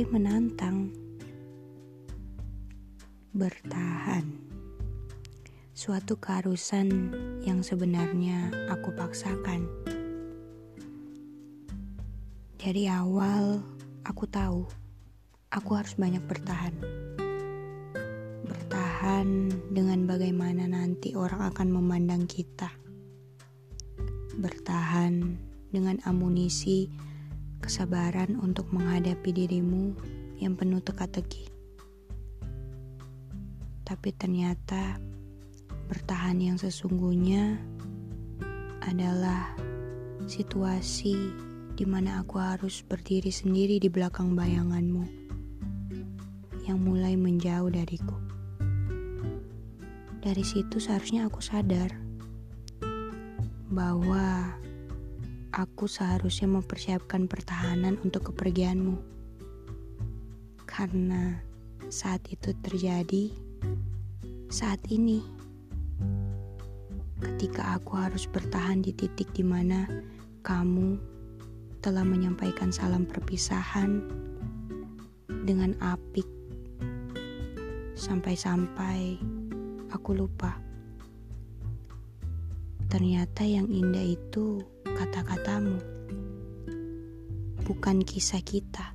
menantang. Bertahan. Suatu keharusan yang sebenarnya aku paksakan. Dari awal, aku tahu aku harus banyak bertahan. Bertahan dengan bagaimana nanti orang akan memandang kita. Bertahan dengan amunisi kesabaran untuk menghadapi dirimu yang penuh teka-teki. Tapi ternyata bertahan yang sesungguhnya adalah situasi di mana aku harus berdiri sendiri di belakang bayanganmu yang mulai menjauh dariku. Dari situ seharusnya aku sadar bahwa aku seharusnya mempersiapkan pertahanan untuk kepergianmu. Karena saat itu terjadi, saat ini, ketika aku harus bertahan di titik di mana kamu telah menyampaikan salam perpisahan dengan apik, sampai-sampai aku lupa. Ternyata yang indah itu kata-katamu, bukan kisah kita.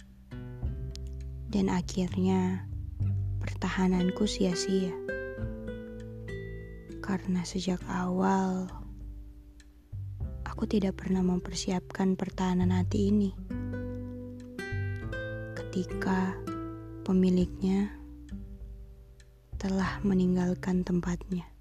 Dan akhirnya pertahananku sia-sia. Karena sejak awal aku tidak pernah mempersiapkan pertahanan hati ini. Ketika pemiliknya telah meninggalkan tempatnya.